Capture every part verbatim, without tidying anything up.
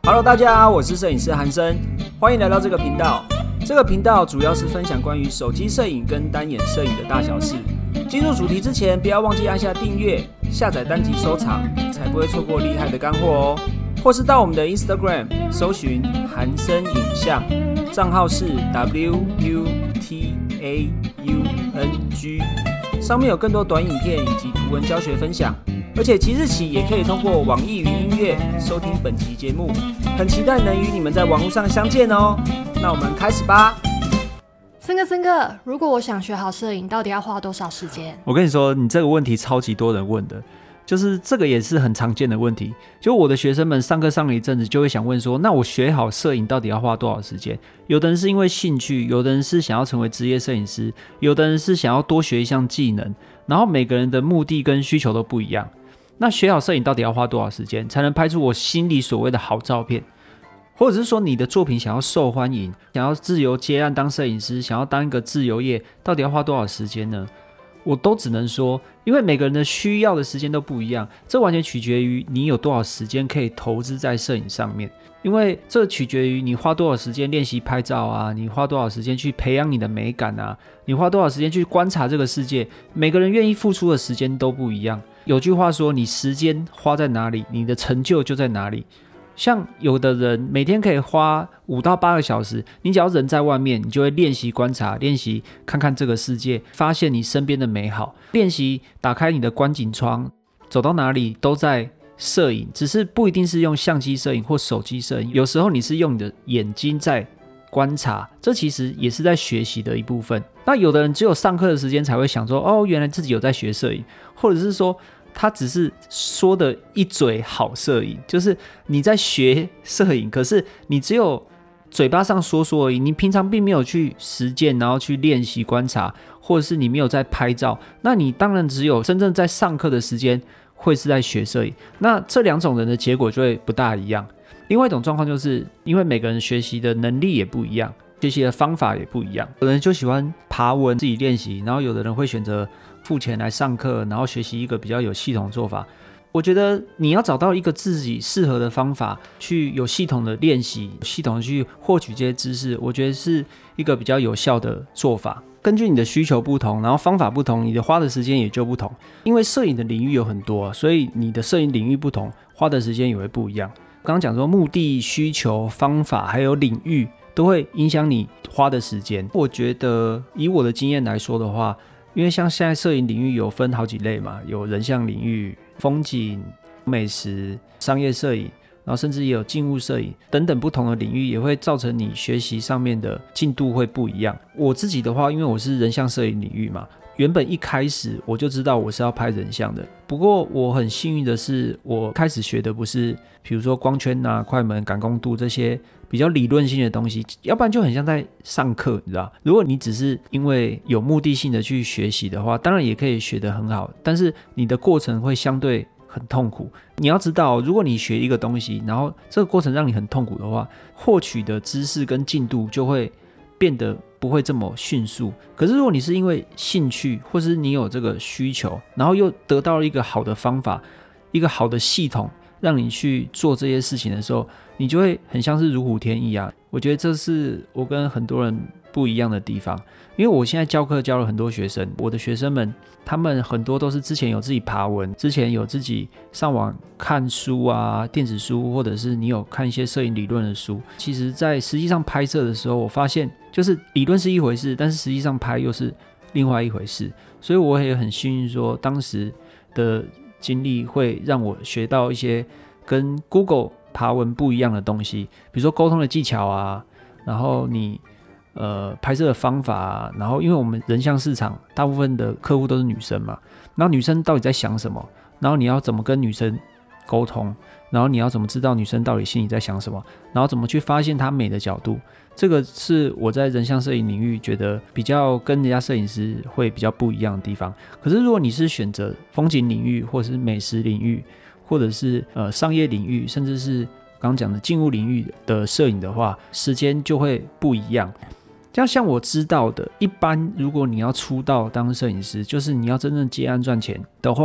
Hello， 大家好，我是摄影师韩生，欢迎来到这个频道。这个频道主要是分享关于手机摄影跟单眼摄影的大小事。进入主题之前，不要忘记按下订阅、下载单集收藏，才不会错过厉害的干货哦。或是到我们的 Instagram 搜寻韩生影像，账号是 W U T A U N G， 上面有更多短影片以及图文教学分享。而且即日起也可以通过网易云音乐收听本集节目，很期待能与你们在网络上相见哦。那我们开始吧。 森哥，森哥，如果我想学好摄影，到底要花多少时间？ 我跟你说，你这个问题超级多人问的，就是这个也是很常见的问题。就我的学生们上课上了一阵子，就会想问说，那我学好摄影到底要花多少时间？有的人是因为兴趣，有的人是想要成为职业摄影师，有的人是想要多学一项技能，然后每个人的目的跟需求都不一样。那学好摄影到底要花多少时间才能拍出我心里所谓的好照片？或者是说你的作品想要受欢迎，想要自由接案当摄影师，想要当一个自由业，到底要花多少时间呢？我都只能说，因为每个人的需要的时间都不一样，这完全取决于你有多少时间可以投资在摄影上面。因为这取决于你花多少时间练习拍照啊，你花多少时间去培养你的美感啊，你花多少时间去观察这个世界，每个人愿意付出的时间都不一样。有句话说，你时间花在哪里，你的成就就在哪里。像有的人每天可以花五到八个小时，你只要人在外面，你就会练习观察，练习看看这个世界，发现你身边的美好，练习打开你的观景窗，走到哪里都在摄影，只是不一定是用相机摄影或手机摄影，有时候你是用你的眼睛在观察，这其实也是在学习的一部分。那有的人只有上课的时间才会想说，哦，原来自己有在学摄影，或者是说他只是说的一嘴好摄影，就是你在学摄影，可是你只有嘴巴上说说而已，你平常并没有去实践，然后去练习观察，或者是你没有在拍照，那你当然只有真正在上课的时间会是在学摄影。那这两种人的结果就会不大一样。另外一种状况就是因为每个人学习的能力也不一样，学习的方法也不一样，有人就喜欢爬文自己练习，然后有的人会选择付钱来上课，然后学习一个比较有系统的做法。我觉得你要找到一个自己适合的方法，去有系统的练习，系统的去获取这些知识，我觉得是一个比较有效的做法。根据你的需求不同，然后方法不同，你的花的时间也就不同。因为摄影的领域有很多，所以你的摄影领域不同，花的时间也会不一样。刚刚讲说目的、需求、方法还有领域都会影响你花的时间。我觉得以我的经验来说的话，因为像现在摄影领域有分好几类嘛，有人像领域、风景、美食、商业摄影，然后甚至也有静物摄影等等不同的领域，也会造成你学习上面的进度会不一样。我自己的话，因为我是人像摄影领域嘛，原本一开始我就知道我是要拍人像的。不过我很幸运的是，我开始学的不是比如说光圈啊、快门、感光度这些比较理论性的东西，要不然就很像在上课，你知道？如果你只是因为有目的性的去学习的话，当然也可以学得很好，但是你的过程会相对很痛苦。你要知道，如果你学一个东西，然后这个过程让你很痛苦的话，获取的知识跟进度就会变得不会这么迅速。可是如果你是因为兴趣，或是你有这个需求，然后又得到了一个好的方法，一个好的系统让你去做这些事情的时候，你就会很像是如虎添翼啊。我觉得这是我跟很多人不一样的地方。因为我现在教课教了很多学生，我的学生们他们很多都是之前有自己爬文，之前有自己上网看书啊，电子书，或者是你有看一些摄影理论的书。其实在实际上拍摄的时候，我发现就是理论是一回事，但是实际上拍又是另外一回事。所以我也很幸运说，当时的经历会让我学到一些跟 Google 爬文不一样的东西，比如说沟通的技巧啊，然后你呃拍摄的方法啊，然后因为我们人像市场大部分的客户都是女生嘛，然后女生到底在想什么，然后你要怎么跟女生沟通，然后你要怎么知道女生到底心里在想什么，然后怎么去发现她美的角度，这个是我在人像摄影领域觉得比较跟人家摄影师会比较不一样的地方。可是如果你是选择风景领域，或者是美食领域，或者是呃商业领域，甚至是刚刚讲的静物领域的摄影的话，时间就会不一样。这样像我知道的，一般如果你要出道当摄影师，就是你要真正接案赚钱的话，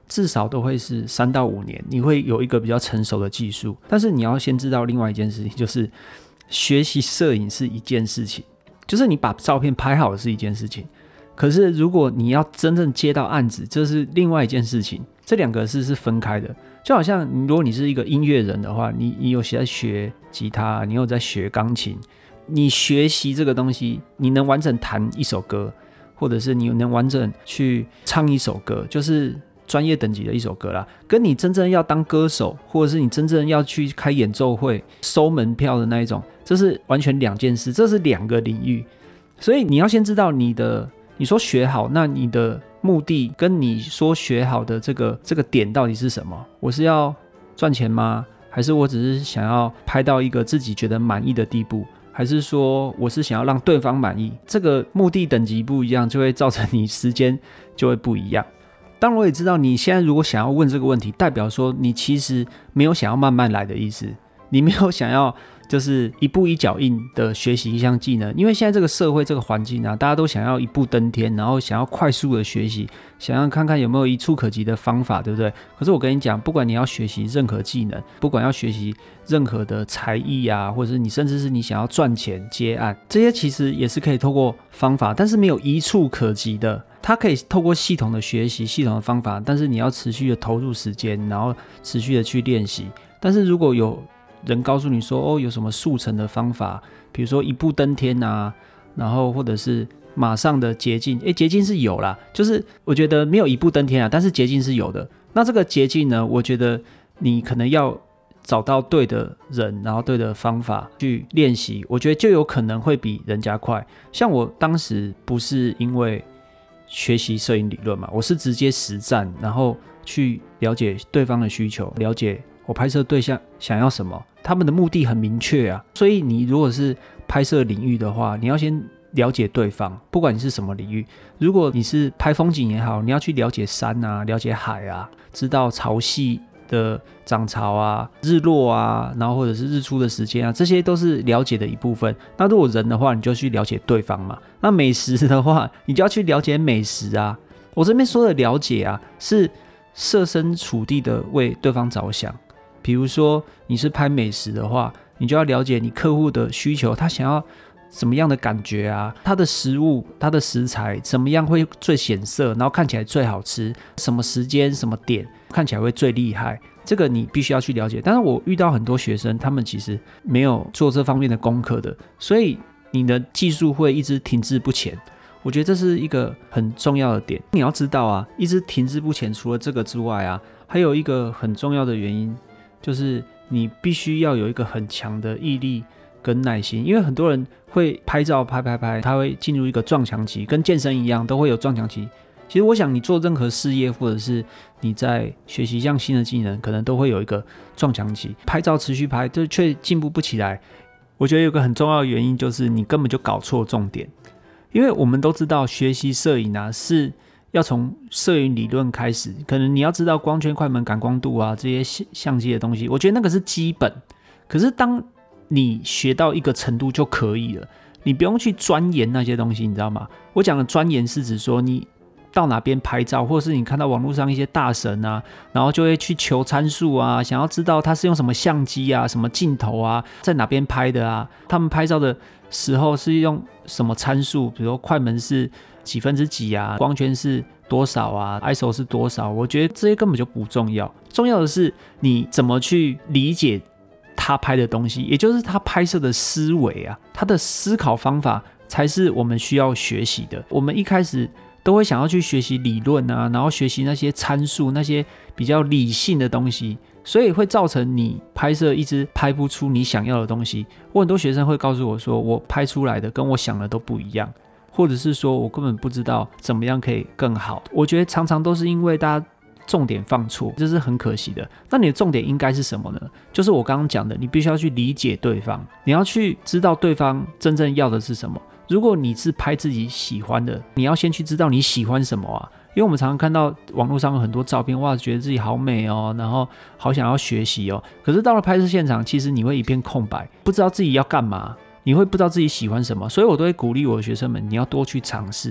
至少都会是三到五年，你会有一个比较成熟的技术。但是你要先知道另外一件事情，就是学习摄影是一件事情，就是你把照片拍好是一件事情，可是如果你要真正接到案子，这是另外一件事情，这两个事是分开的。就好像如果你是一个音乐人的话， 你, 你有在学吉他，你有在学钢琴，你学习这个东西，你能完整弹一首歌，或者是你能完整去唱一首歌，就是专业等级的一首歌啦，跟你真正要当歌手，或者是你真正要去开演奏会收门票的那一种，这是完全两件事，这是两个领域。所以你要先知道你的，你说学好，那你的目的跟你说学好的这个这个点到底是什么？我是要赚钱吗？还是我只是想要拍到一个自己觉得满意的地步？还是说我是想要让对方满意？这个目的等级不一样，就会造成你时间就会不一样。当然我也知道你现在如果想要问这个问题，代表说你其实没有想要慢慢来的意思，你没有想要就是一步一脚印的学习一项技能。因为现在这个社会这个环境啊，大家都想要一步登天，然后想要快速的学习，想要看看有没有一触可及的方法，对不对？可是我跟你讲，不管你要学习任何技能，不管要学习任何的才艺啊，或者是你甚至是你想要赚钱接案，这些其实也是可以透过方法，但是没有一触可及的。它可以透过系统的学习，系统的方法，但是你要持续的投入时间，然后持续的去练习。但是如果有人告诉你说，哦，有什么速成的方法，比如说一步登天啊，然后或者是马上的捷径，诶，捷径是有啦，就是我觉得没有一步登天啊，但是捷径是有的。那这个捷径呢，我觉得你可能要找到对的人，然后对的方法去练习，我觉得就有可能会比人家快。像我当时不是因为学习摄影理论嘛，我是直接实战，然后去了解对方的需求，了解我拍摄对象想要什么，他们的目的很明确啊。所以你如果是拍摄领域的话，你要先了解对方，不管你是什么领域。如果你是拍风景也好，你要去了解山啊，了解海啊，知道潮汐的涨潮啊，日落啊，然后或者是日出的时间啊，这些都是了解的一部分。那如果人的话，你就去了解对方嘛。那美食的话，你就要去了解美食啊。我这边说的了解啊，是设身处地的为对方着想。比如说你是拍美食的话，你就要了解你客户的需求，他想要什么样的感觉啊，他的食物，他的食材怎么样会最显色，然后看起来最好吃，什么时间什么点看起来会最厉害，这个你必须要去了解。但是我遇到很多学生，他们其实没有做这方面的功课的，所以你的技术会一直停滞不前。我觉得这是一个很重要的点。你要知道啊，一直停滞不前，除了这个之外啊，还有一个很重要的原因，就是你必须要有一个很强的毅力跟耐心。因为很多人会拍照拍拍拍，他会进入一个撞墙期，跟健身一样，都会有撞墙期。其实我想你做任何事业，或者是你在学习一项新的技能，可能都会有一个撞墙期。拍照持续拍，这却进步不起来。我觉得有个很重要的原因，就是你根本就搞错重点。因为我们都知道学习摄影啊，是要从摄影理论开始，可能你要知道光圈、快门、感光度啊这些相机的东西，我觉得那个是基本。可是当你学到一个程度就可以了，你不用去钻研那些东西，你知道吗？我讲的钻研是指说你到哪边拍照，或是你看到网络上一些大神啊，然后就会去求参数啊，想要知道他是用什么相机啊，什么镜头啊，在哪边拍的啊，他们拍照的时候是用什么参数，比如说快门是几分之几啊，光圈是多少啊， I S O 是多少，我觉得这些根本就不重要。重要的是你怎么去理解他拍的东西，也就是他拍摄的思维啊，他的思考方法才是我们需要学习的。我们一开始都会想要去学习理论啊，然后学习那些参数，那些比较理性的东西，所以会造成你拍摄一直拍不出你想要的东西。我很多学生会告诉我说，我拍出来的跟我想的都不一样，或者是说我根本不知道怎么样可以更好。我觉得常常都是因为大家重点放错，这是很可惜的。那你的重点应该是什么呢？就是我刚刚讲的，你必须要去理解对方，你要去知道对方真正要的是什么。如果你是拍自己喜欢的，你要先去知道你喜欢什么啊。因为我们常常看到网络上有很多照片，哇，觉得自己好美哦，然后好想要学习哦。可是到了拍摄现场，其实你会一片空白，不知道自己要干嘛，你会不知道自己喜欢什么。所以我都会鼓励我的学生们，你要多去尝试。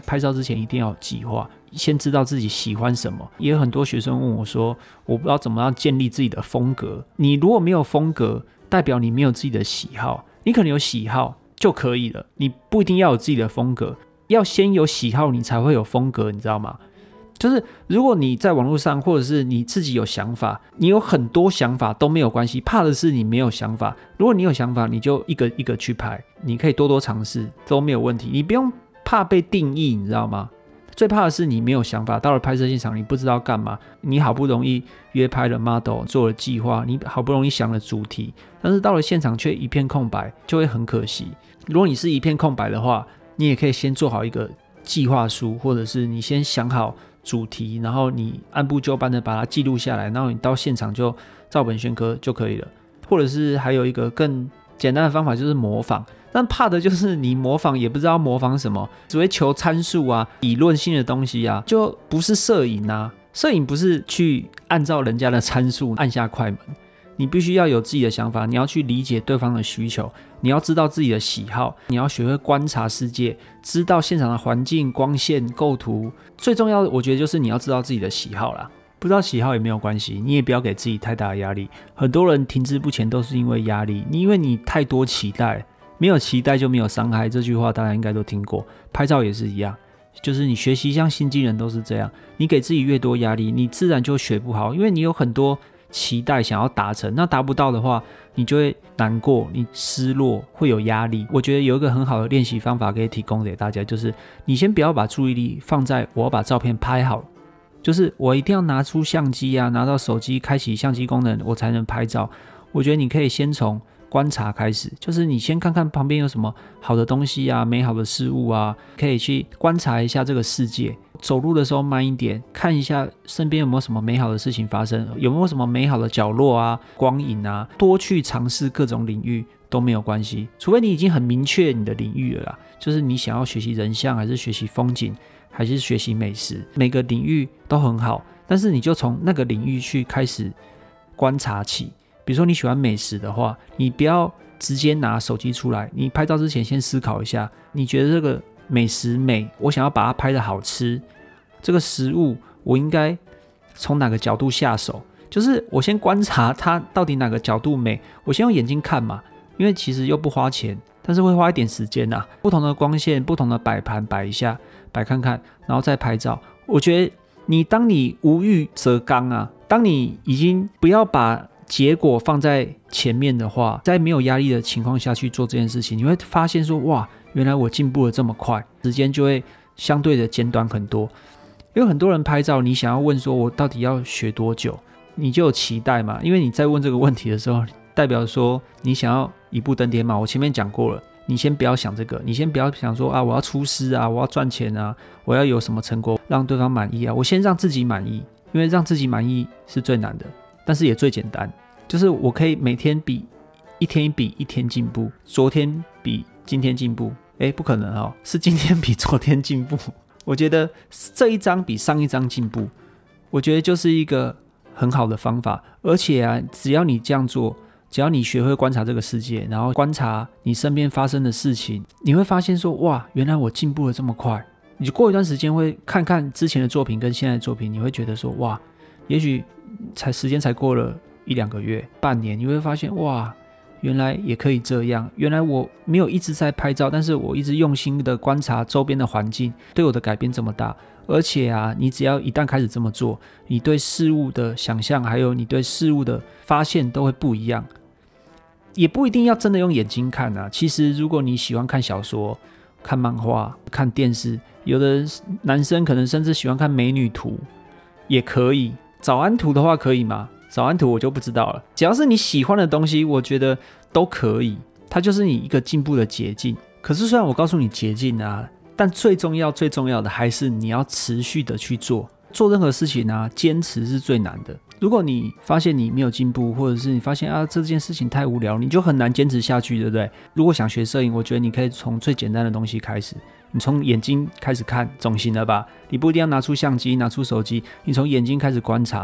拍照之前一定要有计划，先知道自己喜欢什么。也有很多学生问我说，我不知道怎么样建立自己的风格。你如果没有风格，代表你没有自己的喜好。你可能有喜好就可以了，你不一定要有自己的风格，要先有喜好你才会有风格，你知道吗？就是如果你在网络上，或者是你自己有想法，你有很多想法都没有关系，怕的是你没有想法。如果你有想法，你就一个一个去拍，你可以多多尝试都没有问题，你不用怕被定义，你知道吗？最怕的是你没有想法，到了拍摄现场你不知道干嘛，你好不容易约拍了 model， 做了计划，你好不容易想了主题，但是到了现场却一片空白，就会很可惜。如果你是一片空白的话，你也可以先做好一个计划书，或者是你先想好主题，然后你按部就班的把它记录下来，然后你到现场就照本宣科就可以了。或者是还有一个更简单的方法，就是模仿。但怕的就是你模仿也不知道模仿什么，只会求参数啊、理论性的东西啊，就不是摄影啊。摄影不是去按照人家的参数按下快门，你必须要有自己的想法，你要去理解对方的需求，你要知道自己的喜好，你要学会观察世界，知道现场的环境、光线、构图。最重要的，我觉得就是你要知道自己的喜好啦。不知道喜好也没有关系，你也不要给自己太大的压力。很多人停滞不前都是因为压力，你因为你太多期待，没有期待就没有伤害，这句话大家应该都听过。拍照也是一样，就是你学习像新技人都是这样，你给自己越多压力，你自然就学不好，因为你有很多期待想要达成，那达不到的话，你就会难过，你失落，会有压力。我觉得有一个很好的练习方法可以提供给大家，就是你先不要把注意力放在我要把照片拍好，就是我一定要拿出相机啊，拿到手机开启相机功能我才能拍照。我觉得你可以先从观察开始，就是你先看看旁边有什么好的东西啊，美好的事物啊，可以去观察一下这个世界。走路的时候慢一点，看一下身边有没有什么美好的事情发生，有没有什么美好的角落啊、光影啊，多去尝试各种领域都没有关系，除非你已经很明确你的领域了啦，就是你想要学习人像，还是学习风景，还是学习美食，每个领域都很好，但是你就从那个领域去开始观察起。比如说你喜欢美食的话，你不要直接拿手机出来，你拍照之前先思考一下，你觉得这个美食美，我想要把它拍得好吃，这个食物我应该从哪个角度下手，就是我先观察它到底哪个角度美，我先用眼睛看嘛，因为其实又不花钱，但是会花一点时间啊，不同的光线，不同的摆盘摆一下，摆看看，然后再拍照。我觉得你当你无欲则刚啊，当你已经不要把结果放在前面的话，在没有压力的情况下去做这件事情，你会发现说，哇，原来我进步了这么快，时间就会相对的减短很多。因为很多人拍照，你想要问说我到底要学多久，你就有期待嘛，因为你在问这个问题的时候，代表说你想要一步登天嘛。我前面讲过了，你先不要想这个，你先不要想说啊，我要出师啊，我要赚钱啊，我要有什么成果让对方满意啊，我先让自己满意，因为让自己满意是最难的，但是也最简单，就是我可以每天比一天比一天进步，昨天比今天进步，诶，不可能哦，是今天比昨天进步。我觉得这一张比上一张进步，我觉得就是一个很好的方法。而且啊，只要你这样做，只要你学会观察这个世界，然后观察你身边发生的事情，你会发现说，哇，原来我进步了这么快。你过一段时间会看看之前的作品跟现在的作品，你会觉得说，哇，也许才时间才过了一两个月、半年，你会发现，哇，原来也可以这样。原来我没有一直在拍照，但是我一直用心的观察周边的环境，对我的改变这么大。而且啊，你只要一旦开始这么做，你对事物的想象，还有你对事物的发现都会不一样。也不一定要真的用眼睛看啊，其实如果你喜欢看小说、看漫画、看电视，有的男生可能甚至喜欢看美女图，也可以。早安图的话可以吗？早安图我就不知道了。只要是你喜欢的东西，我觉得都可以，它就是你一个进步的捷径。可是虽然我告诉你捷径啊，但最重要最重要的还是你要持续的去做。做任何事情啊，坚持是最难的。如果你发现你没有进步，或者是你发现啊这件事情太无聊，你就很难坚持下去，对不对？如果想学摄影，我觉得你可以从最简单的东西开始，你从眼睛开始看总行了吧？你不一定要拿出相机拿出手机，你从眼睛开始观察。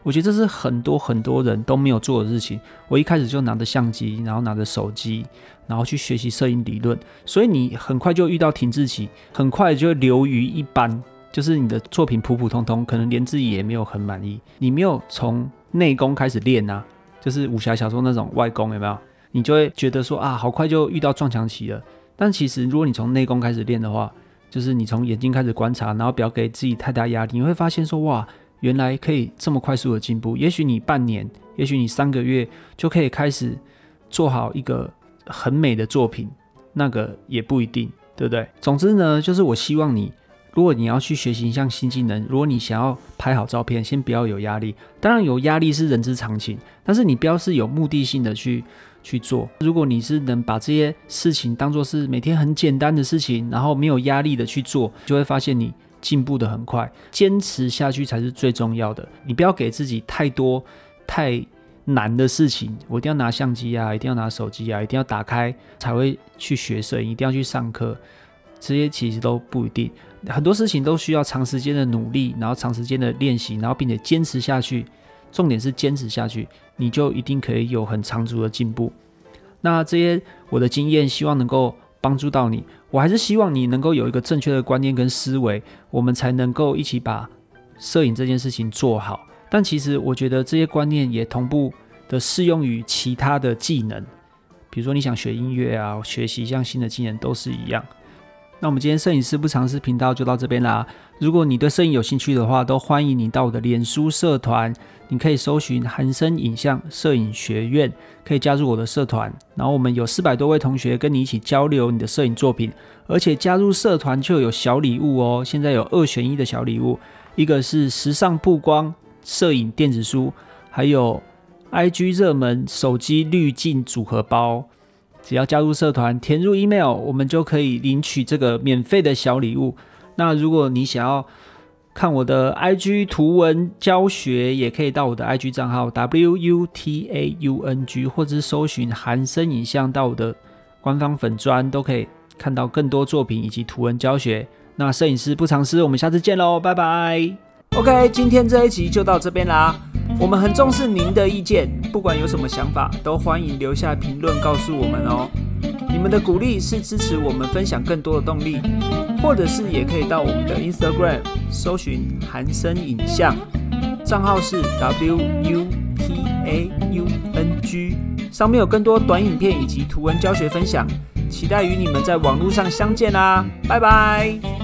我觉得这是很多很多人都没有做的事情。我一开始就拿着相机，然后拿着手机，然后去学习摄影理论，所以你很快就遇到停滞期，很快就流于一般，就是你的作品普普通通，可能连自己也没有很满意。你没有从内功开始练啊，就是武侠小说那种外功，有没有？你就会觉得说啊，好快就遇到撞墙期了。但其实如果你从内功开始练的话，就是你从眼睛开始观察，然后不要给自己太大压力，你会发现说哇，原来可以这么快速的进步。也许你半年，也许你三个月就可以开始做好一个很美的作品，那个也不一定，对不对？总之呢，就是我希望你，如果你要去学习一项新技能，如果你想要拍好照片，先不要有压力。当然有压力是人之常情，但是你不要是有目的性的去去做。如果你是能把这些事情当作是每天很简单的事情，然后没有压力的去做，就会发现你进步的很快。坚持下去才是最重要的。你不要给自己太多太难的事情，我一定要拿相机啊，一定要拿手机啊，一定要打开才会去学摄影，一定要去上课，这些其实都不一定。很多事情都需要长时间的努力，然后长时间的练习，然后并且坚持下去。重点是坚持下去，你就一定可以有很长足的进步。那这些我的经验希望能够帮助到你，我还是希望你能够有一个正确的观念跟思维，我们才能够一起把摄影这件事情做好。但其实我觉得这些观念也同步的适用于其他的技能，比如说你想学音乐啊，学习一项新的技能都是一样。那我们今天摄影师不常识频道就到这边啦。如果你对摄影有兴趣的话，都欢迎你到我的脸书社团，你可以搜寻韩生影像摄影学院，可以加入我的社团。然后我们有四百多位同学跟你一起交流你的摄影作品，而且加入社团就有小礼物哦。现在有二选一的小礼物，一个是时尚曝光摄影电子书，还有 I G 热门手机滤镜组合包。只要加入社团，填入 email， 我们就可以领取这个免费的小礼物。那如果你想要看我的 I G 图文教学，也可以到我的 I G 账号 W U T A U N G， 或者是搜寻韩生影像到我的官方粉专，都可以看到更多作品以及图文教学。那摄影师不藏私，我们下次见咯，拜拜。OK， 今天这一集就到这边啦。我们很重视您的意见，不管有什么想法，都欢迎留下评论告诉我们哦。你们的鼓励是支持我们分享更多的动力，或者是也可以到我们的 Instagram 搜寻韩生影像，账号是 W U T A U N G， 上面有更多短影片以及图文教学分享，期待与你们在网络上相见啦，拜拜。